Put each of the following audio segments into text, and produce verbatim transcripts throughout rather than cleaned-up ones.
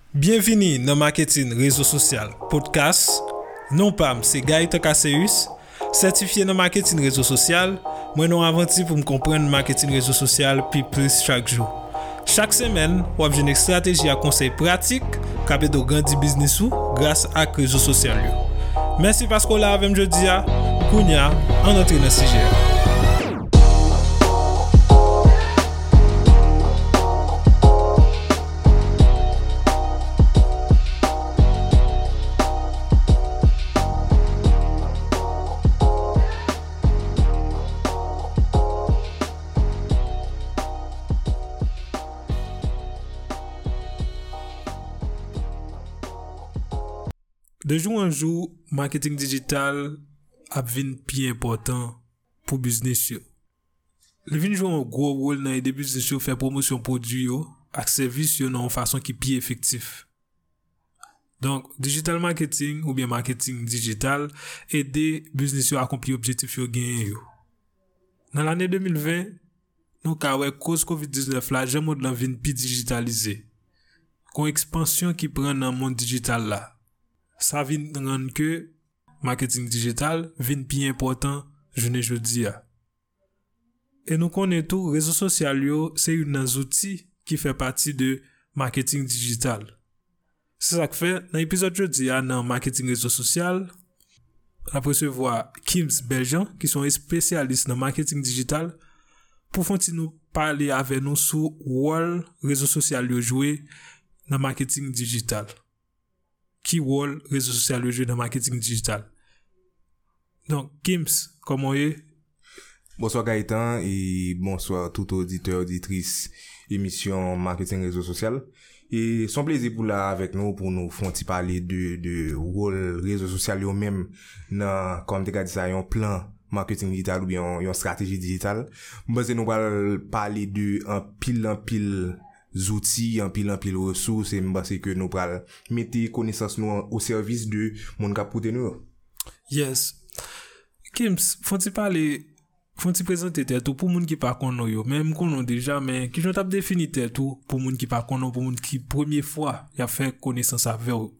Bienvenue dans Marketing Réseau Social Podcast. Non pam, c'est Gaëtan Caseus, certifié dans Marketing Réseau Social. Moi non avanti pour me comprendre Marketing Réseau Social puis plus chaque jour. Chaque semaine, on a une stratégie à conseils pratiques qui permet de grandir business ou grâce à réseaux sociaux. Merci parce qu'on l'a avec jeudi à Kounia en entrée dans le sujet. De jour en jour, marketing digital a devenu plus important pour business yo. Le vin joue un gros rôle dans les business yo faire promotion produit yo ak service yo dans une façon qui plus effectif. Donc, digital marketing ou bien marketing digital aider business yo à accomplir objectif yo gagné yo. Dans l'année deux mille vingt, nous ka wè cause covid dix-neuf la, j'aime monde vin plus digitalisé. Kon expansion qui prend dans monde digital là. Ça vient rendre que marketing digital vient plus important journée jeudi a. Et nous connaissons tout réseaux sociaux, c'est un outil qui fait partie de marketing digital. C'est ça que fait dans l'épisode jeudi a dans marketing réseau social, on a recevoir Kims Belgian qui sont spécialistes dans marketing digital pour nous parler avec nous sur rôle réseaux sociaux jouer dans marketing digital. Qui rôle réseaux sociaux jouer dans marketing digital. Donc, Kims, comment est? Bonsoir Gaëtan et bonsoir tout auditeur, auditrice émission marketing réseau social. Et son plaisir pour là avec nous pour nous faire parler de de rôle réseaux sociaux même dans comme tu as dit ça un plan marketing digital ou bien une stratégie digitale. Moi c'est nous allons parler de un pile en pile outils en pile en pile ressources et parce que nous pral mettre connaissance nous au service de monde qui pour nous. Yes. Kims, faut-il parler faut-il présenter tout pour monde qui pas connaît yo, même connaît déjà mais qui j'ont t'a défini tout pour monde qui pas connaît pour monde qui première fois y a fait connaissance avec eux.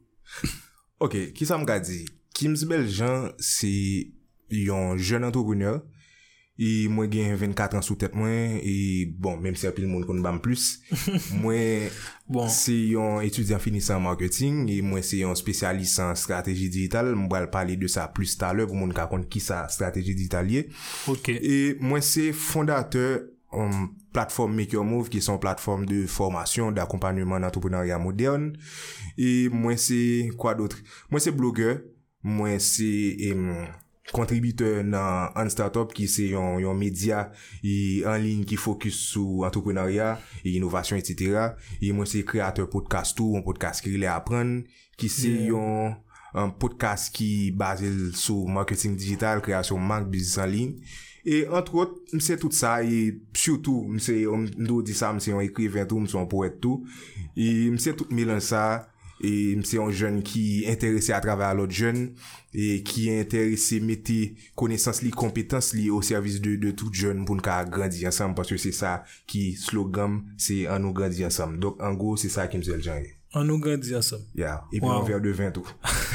OK, qui ça me dit? Kims Belgian c'est un jeune entrepreneur. Et moi j'ai vingt-quatre ans sous tête moi et bon même si après le monde connaît plus moi bon c'est un étudiant finissant en marketing et moi c'est un spécialiste en stratégie digitale. On va parler de ça plus tout à l'heure pour monde qui connaît qui ça stratégie digitale. OK. Et moi c'est fondateur en plateforme Maker Move qui sont plateforme de formation d'accompagnement d'entrepreneuriat moderne et moi c'est quoi d'autre? Moi c'est blogueur, moi c'est um, contributeur dans un startup qui c'est un un média et en ligne qui focus sur entrepreneuriat et innovation et cetera. Et moi c'est créateur podcast tout, un podcast qui relève apprendre qui c'est yeah. un un podcast qui basé sur marketing digital, création marque, business en ligne. Et entre autres, c'est tout ça et surtout, c'est on doit dire ça, c'est un écrivain tout, c'est un poète tout. Et c'est tout mélange ça. Et c'est un jeune qui est intéressé à travers l'autre jeune et qui est intéressé mettre connaissances li compétences li au service de de tout jeune pour nous grandir ensemble parce que c'est ça qui slogan c'est en nous grandir ensemble. Donc en gros c'est ça qui me dit le genre. En nous grandir ensemble. Yeah, et puis wow. Un verre de vin tout.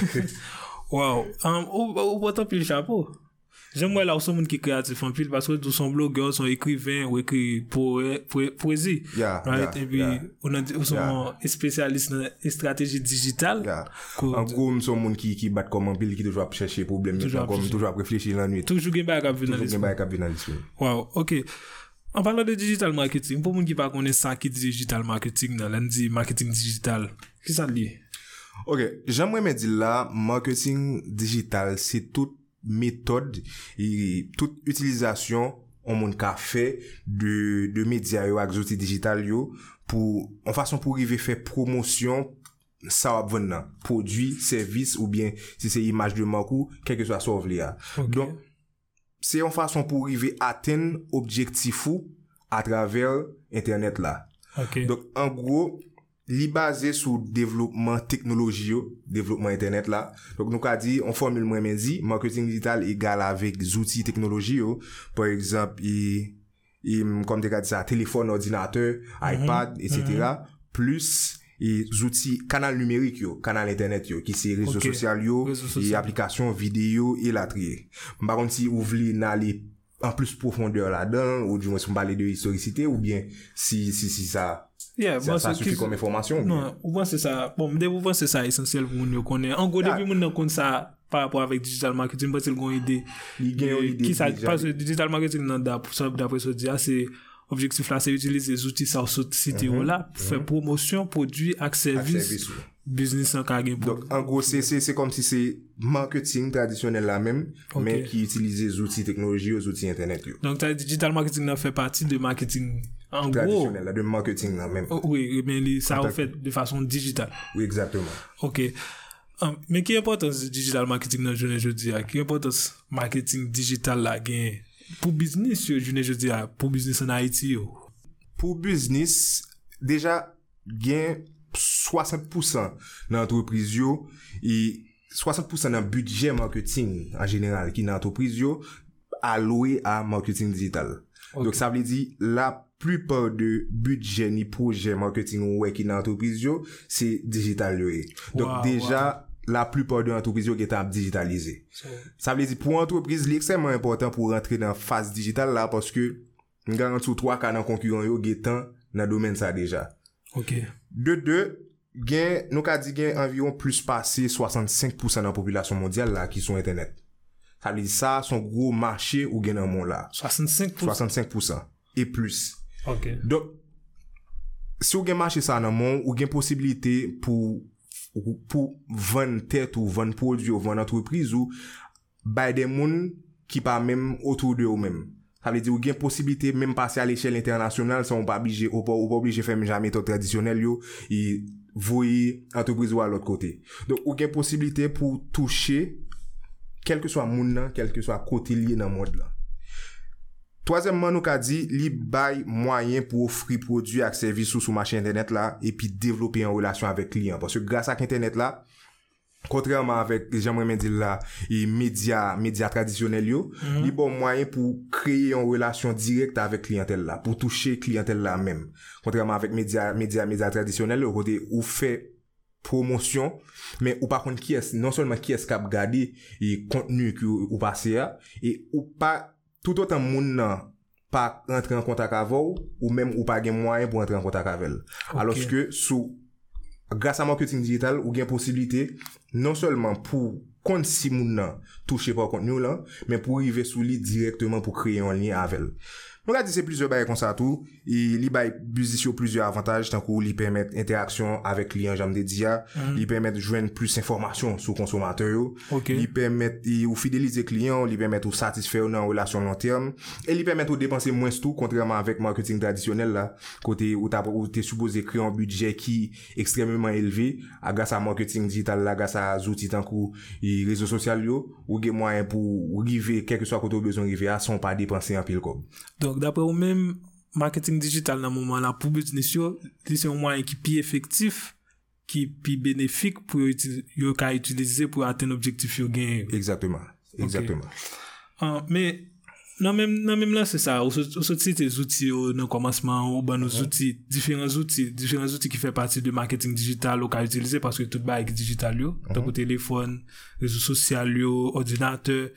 Wow, um ou ou porte pile chapeau. J'aime moi là où sont monde qui créatif en pile parce que tous sont blogueurs, sont écrivains ou écrit pour poésie. Yeah, right? Yeah, et puis yeah. on a on sont yeah. spécialistes dans la stratégie digitale. Yeah. En gros, nous sommes monde qui qui battent comme un pile qui toujours chercher problème, comme toujours réfléchir la nuit. Toujours gain back up Toujours gain back up Wow, OK. En parlant de digital marketing, pour monde qui pas connaît ça qui digital marketing dans lundi marketing digital. Qui ça lié? OK, j'aimerais me dire là marketing digital c'est toute méthode et toute utilisation on monde ka fait de de médias yo ak outils digital yo pour en façon pour arriver faire promotion ça va vendre produit service ou bien si c'est image de marque ou quel que soit ça vle a. Donc c'est une façon pour arriver atteindre objectif ou à travers internet là. Okay. Donc en gros li basé sur développement technologie développement internet là. Donc nous a dit on formule moi même dit marketing digital égal avec des outils technologie par exemple et, et comme tu as dit ça téléphone ordinateur mm-hmm. iPad et cetera mm-hmm. plus et outils canal numérique yo, canal internet yo, qui c'est réseaux Ok. sociaux yo, Réseaux et sociaux. applications vidéo et la trier. Par contre, si vous voulez n'aller en plus profondeur là-dedans, ou du moins si vous parlez de historicité, ou bien si, si, si ça, Yeah, ça, bon, ça c'est suffit qui- comme information. ou bien? Non, ou bien c'est ça. Bon, mais vous pensez ça essentiel pour nous connaître. En gros, Ah. depuis nous connaît ça par rapport avec digital marketing, parce qu'ils ont une idée. Il gagne une idée Qui ça, déjà. parce que digital marketing, non, d'ap- ça, d'après ce dire, c'est, objectif là, c'est utiliser les outils ça sur site là, pour faire promotion, produit, ak service, service, oui. business en carré pour. Donc, en gros, c'est, c'est, c'est comme si c'est marketing traditionnel là même, Ok. mais qui utilise les outils technologiques, les outils internet, yo. Donc, ça, digital marketing là fait partie de marketing. En gros, Traditionnel, là, de marketing là même. oh, oui, mais les- ça En en tant- fait de façon digitale. Oui, exactement. Ok. Um, mais qui importance du digital marketing dans le journée jeudi a? Qui importance marketing digital là gain pour business yo journée jeudi a, pour business en Haïti yo? Pour business, déjà, gain soixante pour cent dans l'entreprise yo, et soixante pour cent dans le budget marketing en général qui dans l'entreprise yo, alloué à marketing digital. Ok. Donc, ça veut dire, la plupart de budget ni projet marketing ouais, qui dans l'entreprise yo, c'est digital yo. eh. Donc, Wow, déjà, la plupart de l'entreprise yo qui est digitalisé. So, Ça veut dire, pour l'entreprise, c'est extrêmement important pour rentrer dans la phase digitale là, parce que, nous garantit trois cas dans concurrent yo, getan dans le domaine ça déjà. ok. De deux, gen, nous ka dit gen environ plus passé soixante-cinq pour cent de la population mondiale là, qui sont internet. Ça veut dire ça, son gros marché ou gen dans le monde là. soixante-cinq pour cent. soixante-cinq pour cent. Et plus. Ok. Donc, si ou gen marché ça dans le monde, ou gen possibilité pour, pour vendre tête ou vendre produit ou vendre entreprise ou, bay des moun qui pas même autour de eux même. Ça veut dire ou gen possibilité même passer à l'échelle internationale sans pas obligé ou pas ou pas obligé faire jamais méthode traditionnelle yo et voyer entreprise ou à l'autre côté. Donc ou gen possibilité pour toucher quel que soit moun nan, quel que soit côté lié dans monde là. Troisièmement, nous ka dit li bay moyen pour offrir produits et services sur marché internet là et puis développer en relation avec client parce que grâce à internet là contrairement avec j'aimerais dire là et médias médias traditionnels yo Mhm. li bon moyen pour créer une relation directe avec clientèle là pour toucher clientèle là même contrairement avec médias médias médias traditionnels au côté où fait promotion mais ou par contre qui est non seulement qui est cap garder et contenu que ou passer et ou pas tout autant moun nan pas entrer en contact avec vous ou même ou pas gen moyen pour entrer en contact avec elle. Ok. Alors que sous grâce à marketing digital ou gen possibilité non seulement pour compte si moun nan toucher par contenu là mais pour arriver sous lui directement pour créer un lien avec elle. On a dit c'est plusieurs bails comme ça tout et li bail business plusieurs avantages tant que li permet interaction avec client j'aime dire Mhm. li permet de joindre plus d'informations sur consommateur yo. Ok. Li permet ou fidéliser client, li permet ou satisfaire dans relation long terme et li permet ou dépenser moins tout contrairement avec marketing traditionnel là côté où t'as où t'es supposé créer un budget qui extrêmement élevé à grâce à marketing digital là grâce à outils tant que et réseaux sociaux yo ou gen moyen pour arriver quel que soit côté besoin arriver à sans pas dépenser en pile comme. Donc, d'après vous même, marketing digital dans le moment là, pour business yo, c'est un moyen qui plus effectif, qui plus bénéfique pour yo uti- yo ka utiliser pour atteindre l'objectif yo gain. Exactement. Exactement. Ah, mais, non même, non même là, c'est ça. Ou sorti des outils yo, dans le commencement, ou ben nos outils, différents outils, différents outils qui fait partie de marketing digital ou ka utiliser parce que tout ba est digital yo, donc au téléphone, réseaux sociaux yo, ordinateur.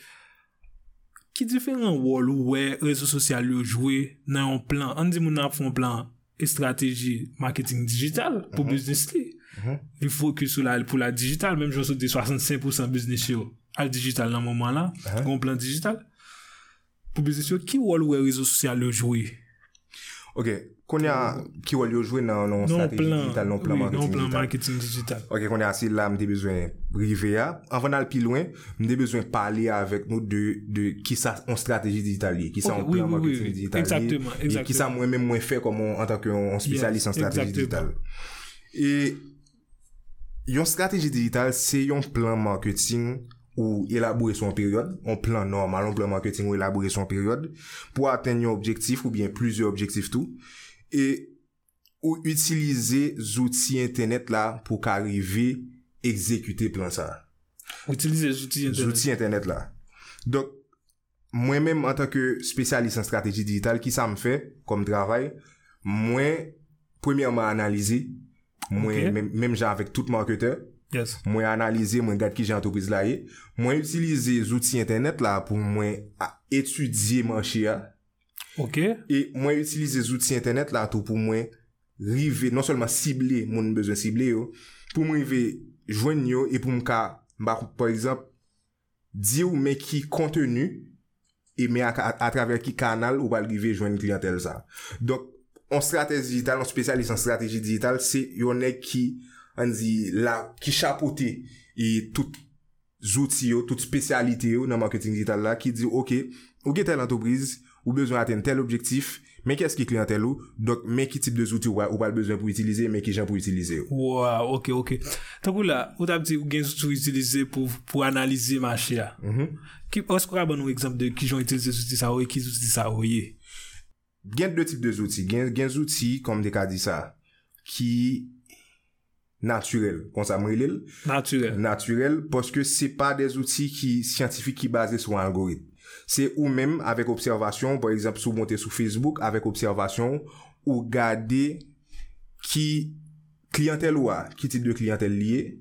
Qui différent rôle ou ouais, réseaux sociaux yo jouer dans un plan. On dit moun a font plan et stratégie marketing digital pour business li. Mhm. Il focus sur la pour la digital, même je dis soixante-cinq pour cent business yo al digital dans moment là, Mhm. un plan digital. Pour business yo, qui rôle ou réseaux sociaux yo jouer? OK. Qu'on y a qui va le jouer dans non Non stratégie plan, digitale, non plan oui, marketing non plan digital. marketing digital. OK, qu'on est assis là, m'dé besoin river à. Avant d'aller plus loin, m'dé besoin parler avec nous de de qui ça en stratégie digitale, qui ça Ok, en oui, plan oui, marketing oui, oui. digital. Exactement, Et qui ça exactement. moi même moins fait comme en tant que un spécialiste en Yes, stratégie exactement. digitale. Et une stratégie digitale, c'est un plan marketing ou élaborer son période, un plan normal, un plan marketing ou élaborer son période pour atteindre un objectif ou bien plusieurs objectifs tout. Et ou utiliser outils internet là pour qu'arriver exécuter plan ça. Utiliser les outils internet. Outils internet là. Donc moi-même en tant que spécialiste en stratégie digitale qui ça me fait comme travail, moi premièrement analyser Moi, Ok. même, même genre avec tout marketeur, Yes. moi analyser, moi regarde qui j'ai entreprise là est. Moi utiliser les outils internet là pour moi à étudier marché là. OK. Et moi utiliser les outils internet là tout pour moi river non seulement cibler mon besoin cibler yo, pour moi river joindre yo et pour me ka par exemple dire mais qui contenu et mais à, à, à travers qui canal ou va arriver joindre clientèle ça. Donc en stratégie digitale, en spécialiste en stratégie digitale, c'est yon est qui on dit là qui chapeauter et tout outils yo, toute spécialité yo dans marketing digital là qui dit OK, OK telle entreprise ou besoin d'atteindre tel objectif, mais qu'est-ce qui clientèle ou donc mais qui type de outils ou ou pas besoin pour utiliser, mais qui gens pour utiliser. Wow, OK, OK. Donc là, ou t'as dit ou gen outils utiliser pour pour analyser marché là. Mhm. Qui est-ce qu'on a bon exemple de qui ont utilisé outils ça ou qui outils ça ou yé? Gen deux types de outils, gen gen outils comme des cas dit ça qui naturel, comme ça m'relel. Naturel. Naturel parce que c'est pas des outils qui scientifiques qui basés sur un algorithme. C'est ou même avec observation, par exemple, sous monter sur Facebook avec observation ou garder qui clientèle ou a, qui type de clientèle lié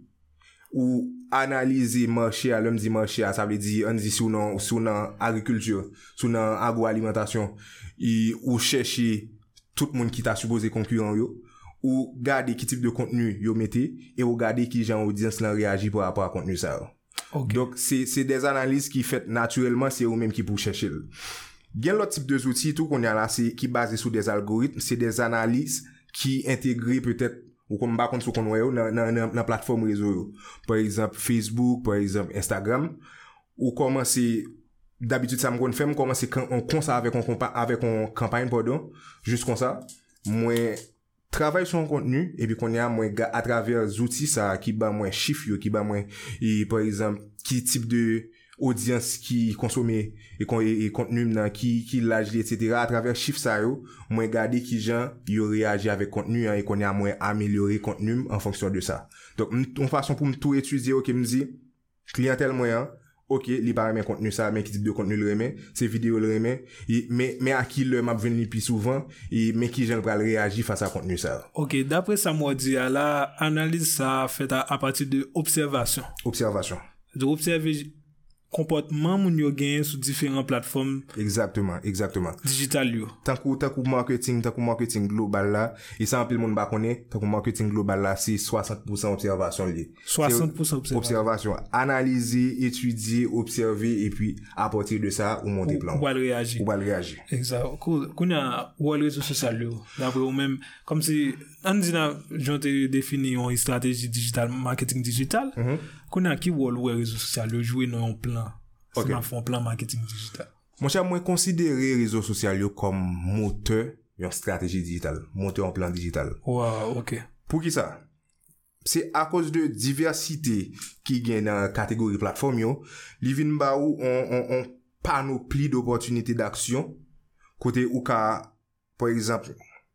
ou analyser marché à l'homme dit marché à ça veut dire on dit sous non sous non agriculture, sous non agroalimentation et ou chercher tout le monde qui t'a supposé concurrent yo ou garder qui type de contenu yo mettez et ou garder qui gens audience là réagit par rapport à contenu ça. Okay. Donc c'est c'est des analyses qui fait naturellement, c'est eux même qui pour chercher. Gen l'autre type de outils tout qu'on a là c'est qui basé sur des algorithmes, c'est des analyses qui intégrent peut-être ou comme pas contre ce qu'on voit dans dans dans plateforme réseau. Par exemple Facebook, par exemple Instagram ou commencer d'habitude ça me qu'on fait me commencer on commence avec on avec on campagne pardon, juste comme ça. Moi travaille sur un contenu et puis qu'on y a moins à travers les outils ça qui bat moins chiffres qui bat moins et par exemple qui type de audience qui consomme et, et, et contenu qui qui l'âge etc à travers chiffres ça yo moins regarder qui gens yo réagit avec contenu hein, et qu'on y a moins améliorer contenu en fonction de ça. Donc une façon pour me tout étudier OK me dit clientèle moyen OK, li pa remen contenu ça, mais qui type de contenu le remen, c'est vidéo le remen, mais mais à qui le m'a venir plus souvent et mais qui j'en pral réagir face à contenu ça. OK, d'après ça moi dit là, analyse ça fait à, à partir de observation. Observation. De observer comportement moun yo gen sur différentes plateformes. Exactement, exactement. Digital yo. Tant que tant que marketing, tant que marketing global là, et ça en pile monde ba connaît, tant que marketing global là, c'est soixante pour cent observation lié. soixante pour cent observation. Observation, analyser, étudier, observer et puis à partir de ça ou monter plan. Ou va réagir. Ou va réagir. Exact. Qu'on a ou les réseaux sociaux yo, d'après ou même comme si on dit là j'ont défini une stratégie digitale marketing digital. Mm-hmm. Qu'on a qui ou les réseaux sociaux jouer dans un plan. Okay. Ça fait un plan marketing digital. Mon cher, moi considérer réseaux sociaux comme moteur d'une stratégie digitale, moteur en plan digital. Wow, OK. Pour qui ça? C'est à cause de diversité qui gagne dans la catégorie plateforme yo, li vin ba ou on on on panoplie d'opportunités d'action côté ou ka par exemple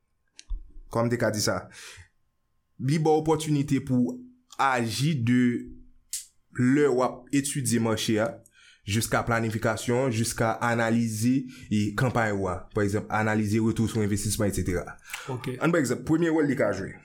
comme des cas dit ça. Li ba opportunité pour agir de le ou étudier marché a jusqu'à planification, jusqu'à analyser et campagne ou par exemple analyser retour sur investissement et cetera. OK. Un par exemple, premier rôle li ka jouer.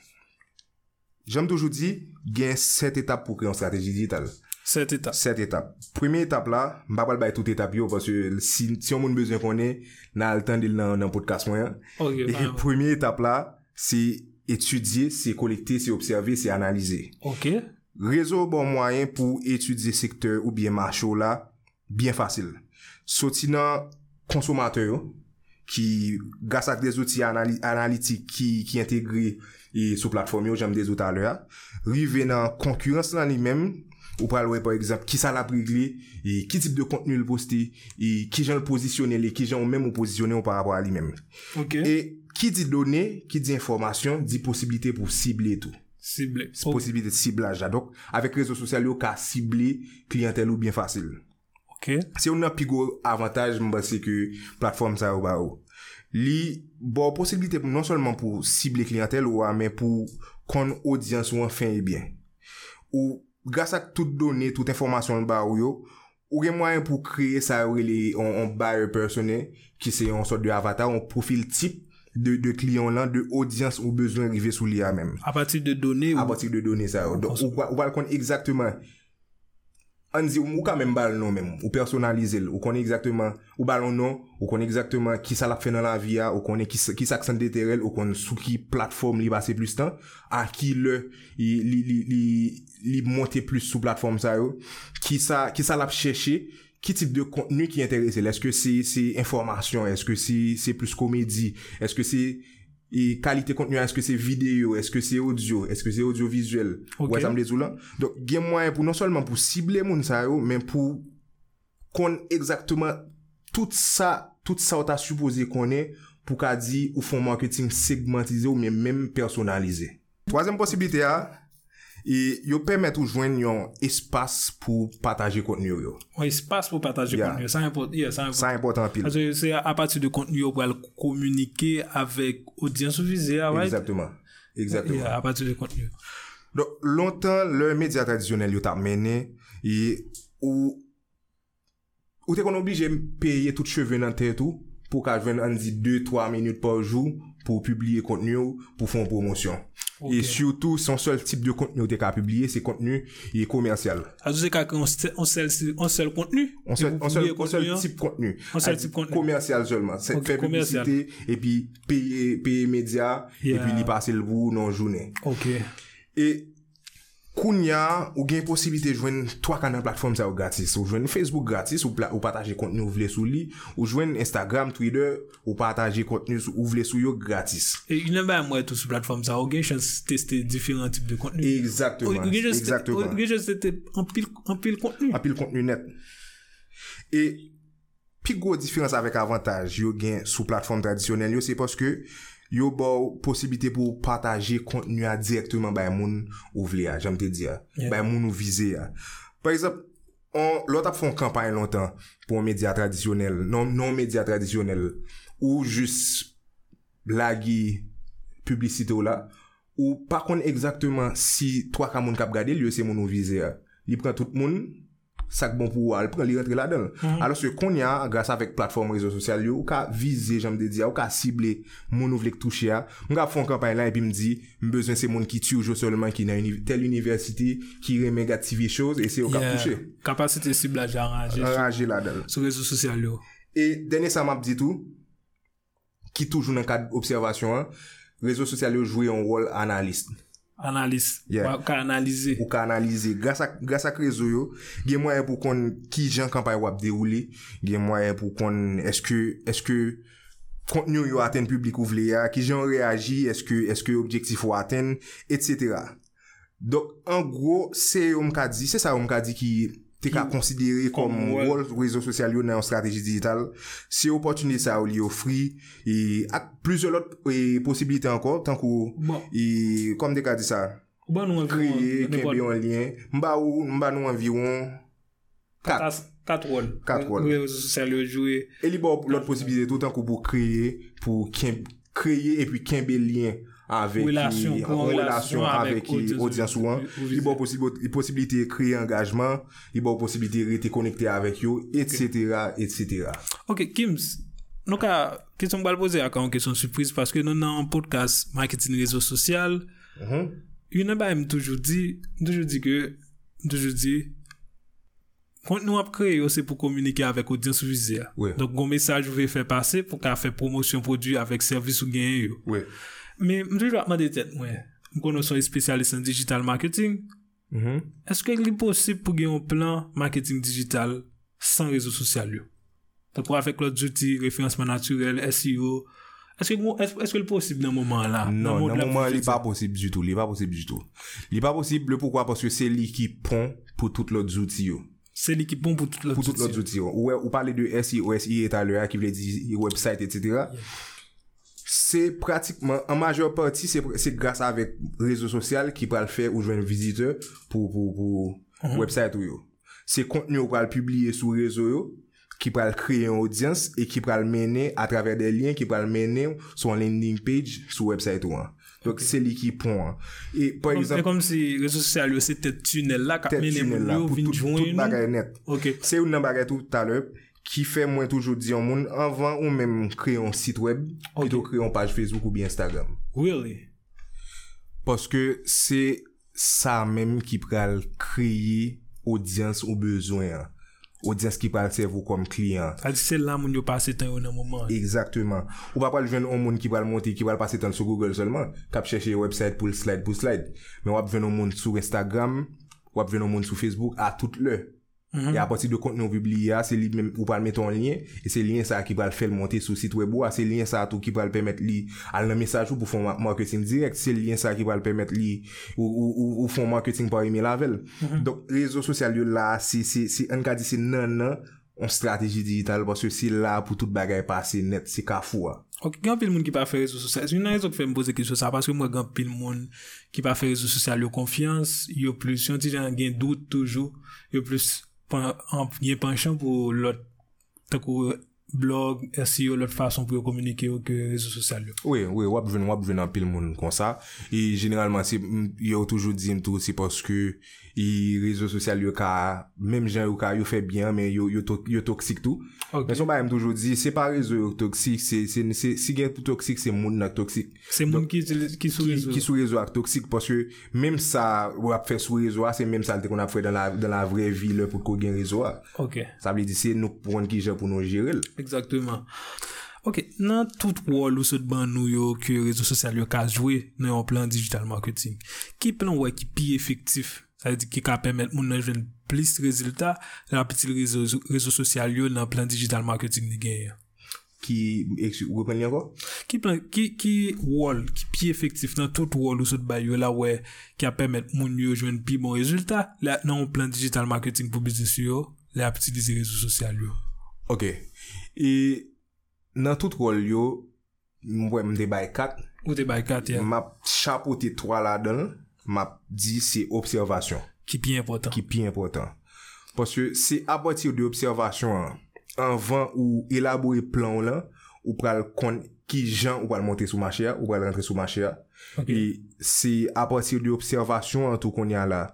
J'aime toujours dire, il y a sept étapes pour créer une stratégie digitale. Sept étapes. Sept étapes. Première étape là, je ne vais pas parler toute étape parce que si, si on a besoin qu'on ait, on a le temps de dans le podcast moyen. OK. Et la première étape là, c'est étudier, c'est collecter, c'est observer, c'est analyser. OK. Réseau bon moyen pour étudier secteur ou bien marché là, bien facile. Sorti dans consommateur qui grâce à des outils anali- analytiques qui qui intégrés et sur plateforme j'aime des outils à l'heure river dans concurrence là lui-même ou parler par exemple qui ça l'a réglé et qui type de contenu le poster et qui gens le positionner les qui gens même positionner par rapport à lui-même. OK. Et qui dit données, qui dit information, dit possibilité pour cibler tout. Ciblé. C'est possibilité de ciblage là. Donc avec réseaux sociaux yo ka cibler clientèle ou bien facile. OK. Si on a plus gros avantage, je pense que plateforme ça ou ba ou. Li bon possibilité non seulement pour cibler clientèle ou mais pour qu'on audience ou enfin et bien. Ou grâce à toute donnée, toute information ba ou yo, ou gen moyen pour créer ça les on, on buyer personnel qui c'est une sorte de avatar, un profil type de, de clients là, de audience ou besoin arriver sous l'I A même. À partir de données À ou... partir de données ça. Donc, ou va, ou va connaître exactement. On dit, ou quand même bal non même, ou personnaliser, ou connaît exactement, ou ballon non, ou connaît exactement qui ça l'a fait dans la vie, ou connaît qui, qui s'accent déterrel, ou connaît sous qui plateforme li passe plus temps, à qui le, li, li, li, li, li monter plus sous plateforme ça yo, qui ça, qui ça l'a cherché, qui type de contenu qui intéresse, est-ce que c'est, c'est information, est-ce que c'est, c'est plus comédie, est-ce que c'est, et qualité contenu, est-ce que c'est vidéo, est-ce que c'est audio, est-ce que c'est audiovisuel, okay. Ouais, ça me dit là. Donc, il y a moyen pour non seulement pour cibler moun sa yo, mais pour qu'on exactement tout ça, tout ça on t'a supposé qu'on est pour qu'a dit ou font marketing segmentisé ou même personnalisé. Troisième possibilité a, et yo permet de joindre un espace pour partager contenu yo. Un espace pour partager yeah. contenu, ça important, yeah, ça important. Ça important pile. Parce que c'est à partir de contenu yo pour communiquer avec audience visée, right? Exactement. Exactement. Yeah, à partir de contenu. Donc longtemps le média traditionnel yo t'a mené et ou ou t'es qu'on obligé payer tout cheveux dans tête tout pour qu'a joindre on dit deux trois minutes par jour pour publier contenu pour faire une promotion. Okay. Et surtout, son seul type de contenu que tu as publié, c'est contenu et commercial. Alors, c'est qu'on seul, on seul contenu? On seul, on seul, on seul type contenu. On seul type contenu. Commercial seulement. C'est okay, faire publicité, et puis payer, payer médias, yeah. Et puis lui passer le bout dans la journée. Ok. Et, Kounya, ou gen possibilité de joindre trois canaux plateforme ça gratis, ou joindre Facebook gratis, ou, ou partager contenu ou vle sous li, ou joindre Instagram, Twitter, ou partager contenu ou vle sous yo gratis. Et il n'y a pas moi tout sur plateforme ça, ou gen chance tester différents types de contenu. Exactement. Ou gen chance exactement. Ou gen chance tester en pile en pile contenu. En pile contenu net. Et puis gros différence avec avantage yo gen sous plateforme traditionnelle yo, c'est parce que yo bon possibilité pour partager contenu à directement by moun ou vle a, j'aime te dire, yeah. By moun ou visé a. Par exemple, on l'autre a fait une campagne longtemps pour un média traditionnel, non non média traditionnel ou juste blaguer publicité ou là ou par contre exactement si trois ka moun k'ap gade lieu c'est moun ou visé a. Il prend tout moun ça bon pour elle prend li rentrer là-dedans. Mm-hmm. Alors que qu'on y a grâce avec plateforme réseaux sociaux yo ka viser j'aime te dire ou ka cibler moun ou vle toucher a m'ga font campagne là et puis me dit besoin c'est moun qui toujours seulement qui dans une telle université qui remet activer choses et c'est au yeah. Ka toucher capacité ciblage arranger arranger là-dedans sur réseaux sociaux yo. Et dernier ça m'a dit tout qui toujours dans cadre observation hein, réseaux sociaux yo jouer un rôle analyste. Analyse, yeah. Ou ka analyser. Ou ka analyser. Grâce à, grâce à réseau yo, gen moyen pour qu'on, qui jan campagne wap dérouler, gen moyen pour qu'on, est-ce que, est-ce que, contenu yo atteint public ou vle ya, qui jan réagit, est-ce que, est-ce que objectif ou atteint, et cetera. Donc, en gros, c'est, on m'a dit, c'est ça, on m'a dit qui, t'es qu'à considérer comme rôle réseaux sociaux yo dans une stratégie digitale, c'est opportunité ça ou li offre et plusieurs autres possibilités encore tant que bon. Et comme des cas dit ça bon nous créer créer un lien m'ba ou m'ba nous environ quatre quatre rôles quatre rôles réseaux sociaux jouer et li bon l'autre possibilité tout tant que pour créer pour créer et puis qu'un lien avec relation, qui, en relation avec qui audience souvent il y a possibilité possibilité de créer engagement il y a possibilité de rester connecté avec eux etc etc. OK Kims donc à question que je poser à une question surprise parce que nous dans un podcast marketing réseaux sociaux mm-hmm. Il y en a toujours dit toujours dit que toujours dit quand nous avons créé c'est pour communiquer avec audience visée oui. Donc un message vous voulez faire passer pour qu'à faire promotion produit avec service ou gain oui. Mais je vais demander tête moi je connais un spécialiste en digital marketing mm-hmm. Est-ce que il est possible pour gagner un plan marketing digital sans réseaux sociaux donc pour avec l'autre outils référencement naturel S E O est-ce que est-ce, est-ce que c'est possible dans ce moment là non dans ce moment il est pas possible du tout il est pas possible du tout il est pas possible pourquoi parce que c'est lui qui pond pour toutes les autres outils yo. C'est l'équipe pour toutes les pour toutes les outils ou ou parler de S E O S E O tout à l'heure qui veut dire website et cetera. Yeah. C'est pratiquement en majeure partie c'est c'est grâce avec réseaux sociaux qui peut le faire ou joindre visiteur pour pour pour mm-hmm. website ou yo. C'est contenu ou le publier sur réseau yo qui peut créer une audience et qui peut le mener à travers des liens qui peut le mener sur un landing page sur website ou hein. Donc okay. C'est lui qui prend et par comme, exemple c'est comme si réseaux sociaux c'était tunnel là qui mène pour tout toute bagaille net. OK. C'est une bagaille tout à l'heure qui fait moi toujours dire au monde avant ou même créer un site web, okay. plutôt créer une page Facebook ou bien Instagram. Really? Parce que c'est ça même qui peut créer audience ou besoin. Audience qui peut servir comme client. C'est là où on passe temps au moment. Exactement. Ou pas le jeune un monde qui va monter qui va passer temps sur Google seulement, cap chercher website pour le slide pour slide. Mais on va venir un monde sur Instagram, on va venir un monde sur Facebook à toute l'heure. Mm-hmm. Et à partir de contenu publié, c'est lui même ou pas le mettre en lien et c'est lien ça qui va le faire monter sur site web ou c'est lien ça tout qui va le permettre lui à un message ou pour faire marketing direct, c'est lien ça qui va le permettre lui ou ou ou faire marketing par email avec. Mm-hmm. Donc réseaux sociaux là c'est c'est c'est un cas dit c'est non non en stratégie digitale parce que c'est là pour toute bagaille passer net, c'est cafou. OK, il y a pile monde qui pas faire réseaux sociaux. C'est une raison que fait me poser question ça parce que moi grand pile monde qui pas faire réseaux sociaux, yo confiance, yo plus si on dit gain doute toujours, yo plus en bien penchant pour l'autre tant que blog S E O l'autre façon pour communiquer que réseaux sociaux. Oui, oui, on va venir on va venir en pile monde comme ça et généralement c'est yo toujours dit tout c'est parce que les réseaux sociaux yo ka même gens yo ka yo fait bien mais yo yo yo toxique tout. Okay. Mais son ba même toujours dit c'est pas réseau toxique c'est c'est c'est si gain tout toxique c'est monde nan toxique. C'est monde qui qui sous réseau qui sous réseau toxique parce que même ça on a fait sous réseau c'est même ça qu'on a fait dans la dans la vraie vie là pour qu'on gagne réseau. OK. Ça veut dire c'est nous prendre qui gère pour nous gérer. Exactement. OK, dans tout rôle ou ce ban nous yo que réseaux sociaux yo ka jouer dans un plan digital marketing. Qui plan ouais qui plus effectif, ça veut dire qui ka permettre moun nan joindre plus résultats dans petit réseau réseaux sociaux yo dans plan digital marketing ni gagne. Qui vous comprenez encore? Qui plan qui qui rôle qui plus effectif dans tout rôle ou ce ban yo là ouais qui a permettre moun yo joindre plus bon résultat là dans un plan digital marketing pour business yo, là utiliser réseaux sociaux yo. OK. Et dans tout rôle yo moi me débaille quatre ou débaille quatre yeah. M'a chapeauté trois là-dedans, m'a dit c'est observation qui est important. Qui est important. Parce que c'est à partir de observation avant ou élaborer plan là ou pral kon qui gens ou pral monter sur marché ou pral rentrer sur marché. Okay. Et c'est à partir de observation en tout qu'on y a là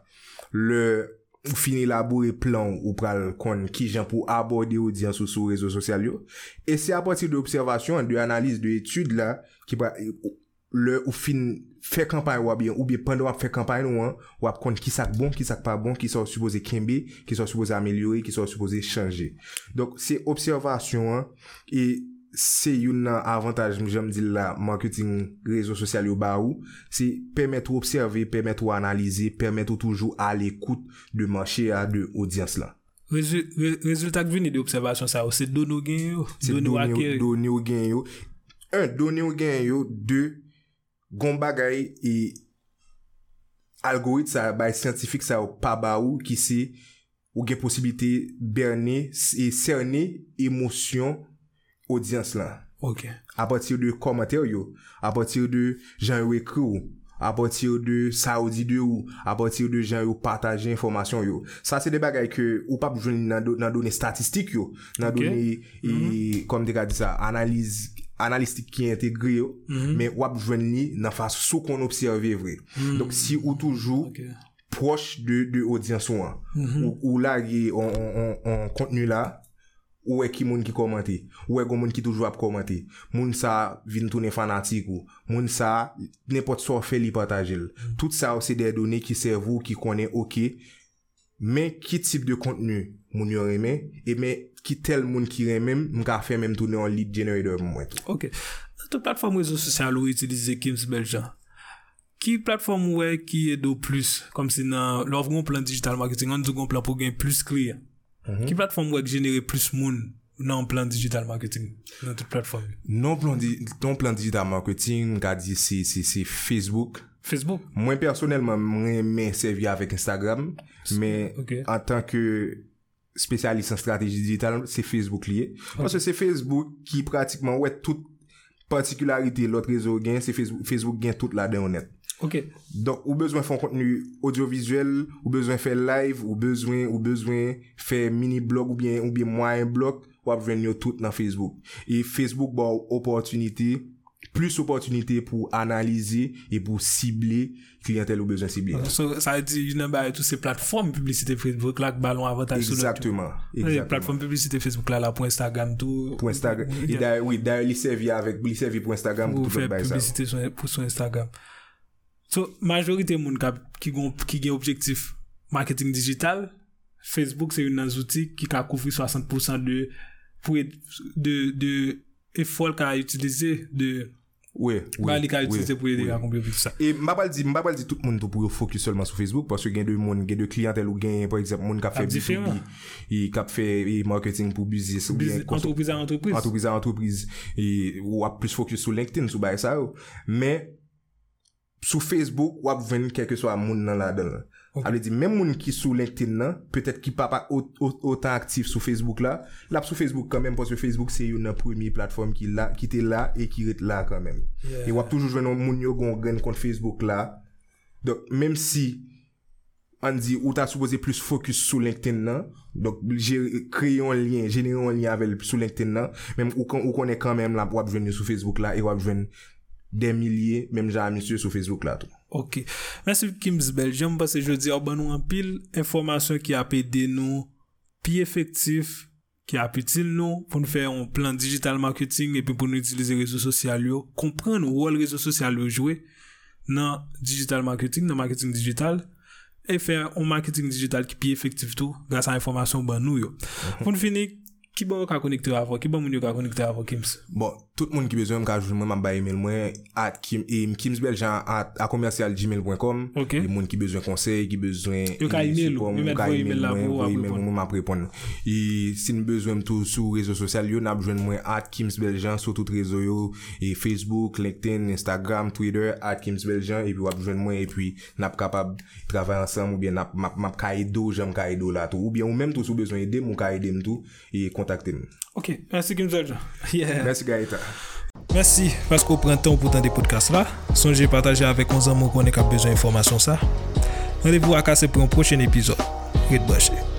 le ou fin élaborer plan ou pral kon qui gens pour aborder audience sur sur réseaux sociaux et c'est à partir de observation de analyse de études là qui va le ou fin faire campagne ou bien ou bien pendant faire campagne ou ou kon qui ça bon qui ça pas bon qui sont supposé kembe qui sont supposé améliorer qui sont supposé changer. Donc c'est observation hein, et c'est un avantage j'aime dire la marketing réseaux sociaux yo ba ou c'est permettre observer permettre analyser permettre toujours à l'écoute de marché à de audience là. Résultat venu de observation ça c'est donner gain yo donner donner au gain yo un donner au gain yo deux gon bagay et algorithme ça ba scientifique ça pas ba ou qui c'est ou gen possibilité berner et cerner émotion audience là. OK. À partir de commentaires yo, à partir de gens écrit ou, à partir de ça ou dit de ou, à partir de gens yo partager information yo. Ça c'est des bagages que ou pas joindre dans dans données statistiques yo, dans okay. données et mm-hmm. comme tu as dit ça, analyse analytique qui est intégré yo, mm-hmm. mais ou pas joindre ni dans face sous qu'on observe vrai. Mm-hmm. Donc si ou toujours okay. proche de de audience ou mm-hmm. ou, ou là y on on on contenu là ou est qui moun qui commenter ou est moun qui toujours a commenter moun ça vinn tourner fanatique ou moun ça n'importe soit fait li partager mm. tout ça c'est des données qui servent ou qui connaît OK mais qui type de contenu moun yo aimé et mais qui tel moun qui aime m'ka faire même tourner en lead generator pour moi. OK. Toute plateforme réseaux sociaux ou utiliser Kims Beljan. Qui plateforme ouais qui est de plus comme si dans l'offre un plan digital marketing on dit un plan pour gagner plus clients. Mm-hmm. Qui plateforme web générer plus monde dans plan digital marketing dans toute plateforme? Non plan di, ton plan digital marketing qu'a dit c'est c'est c'est Facebook. Facebook. Moi personnellement moi me servi avec Instagram mais okay. en tant que spécialiste en stratégie digitale c'est Facebook lié okay. parce que c'est Facebook qui pratiquement ouais toute particularité l'autre réseau gain c'est Facebook Facebook gain toute là-dedans net. OK. Donc ou besoin faire contenu audiovisuel, ou besoin faire live, ou besoin ou besoin faire mini blog ou bien ou bien moyen blog, ou venir tout dans Facebook. Et Facebook bon opportunité plus opportunité pour analyser et pour cibler clientèle ou besoin ciblé. So, ça veut dire une bah toutes ces plateformes publicité Facebook là que ballon avantage sur exactement exactement les plateformes publicité Facebook là là pour Instagram tout pour Instagram et d'ailleurs oui d'ailleurs il servi avec il servi pour Instagram pour tout faire publicité sur pour son Instagram. So majorité monde qui qui qui objectif marketing digital, Facebook c'est un outil qui a couvert soixante pour cent de pour de de effort qu'a utilisé de oui oui bah, il a utilisé pour aider à accomplir tout ça. Et m'a pas dit m'a pas dit tout le monde pour focus seulement sur Facebook parce que gain de monde gain de clientèle ou gain par exemple monde qui fait B deux B et qui fait marketing pour business ou bien entreprise à entreprise entreprise à entreprise et ou a plus focus sur LinkedIn sur bah ça mais sur Facebook ou a venir quel que soit monde dans là-dedans. Okay. Elle dit même moun qui sur LinkedIn là, peut-être qui pas pas autant actif sur Facebook là, là sur Facebook quand même parce que Facebook c'est une première plateforme qui là qui était là et qui est là quand même. Yeah. Et on a toujours joué dans moun yo gon gain contre Facebook là. Donc même si on dit ou t'as supposé plus focus sur LinkedIn là, donc j'ai créé un lien, générer un lien avec sur LinkedIn là, même ou ou connaît quand même là pour venir sur Facebook là et on venir des milliers même j'ai monsieur sur Facebook là tout. OK. Merci Kims Belgium parce que je dis on nous en pile information qui a aidé nous plus effectif qui a utile nous pour nous faire un plan digital marketing et puis pour nous utiliser les réseaux sociaux, comprendre le rôle réseaux sociaux jouer dans digital marketing, dans marketing digital et faire un marketing digital qui plus effectif tout grâce à l'information ban nous yo. Mm-hmm. Pour nous finir qui bon ka connecter avec qui bon moun yo ka connecter avec Kims bon tout le monde qui besoin ka joindre moi m'a email moi at kim et Kims Belgian at à commercial gmail point com okay. Les monde qui besoin conseil qui besoin yo ka email yo mettre email là pour répondre m'a répondre et si nous besoin tout sur réseaux sociaux yo n'a joindre moi at Kims Belgian sur tout réseau yo et Facebook LinkedIn Instagram Twitter at Kims Belgian et puis on joindre moi et puis n'a capable travailler ensemble ou bien n'a m'a kaido j'aime kaido là tout ou bien ou même tout sous besoin aider mon ka aider tout et contactez-nous. OK, merci Kims Belgian. Yeah. Merci Gaëtan. Merci parce qu'on prend temps pour tant des podcasts là. Songez partager avec nos amis qu'on a besoin d'informations ça. Rendez-vous à casser pour un prochain épisode. Red Boucher.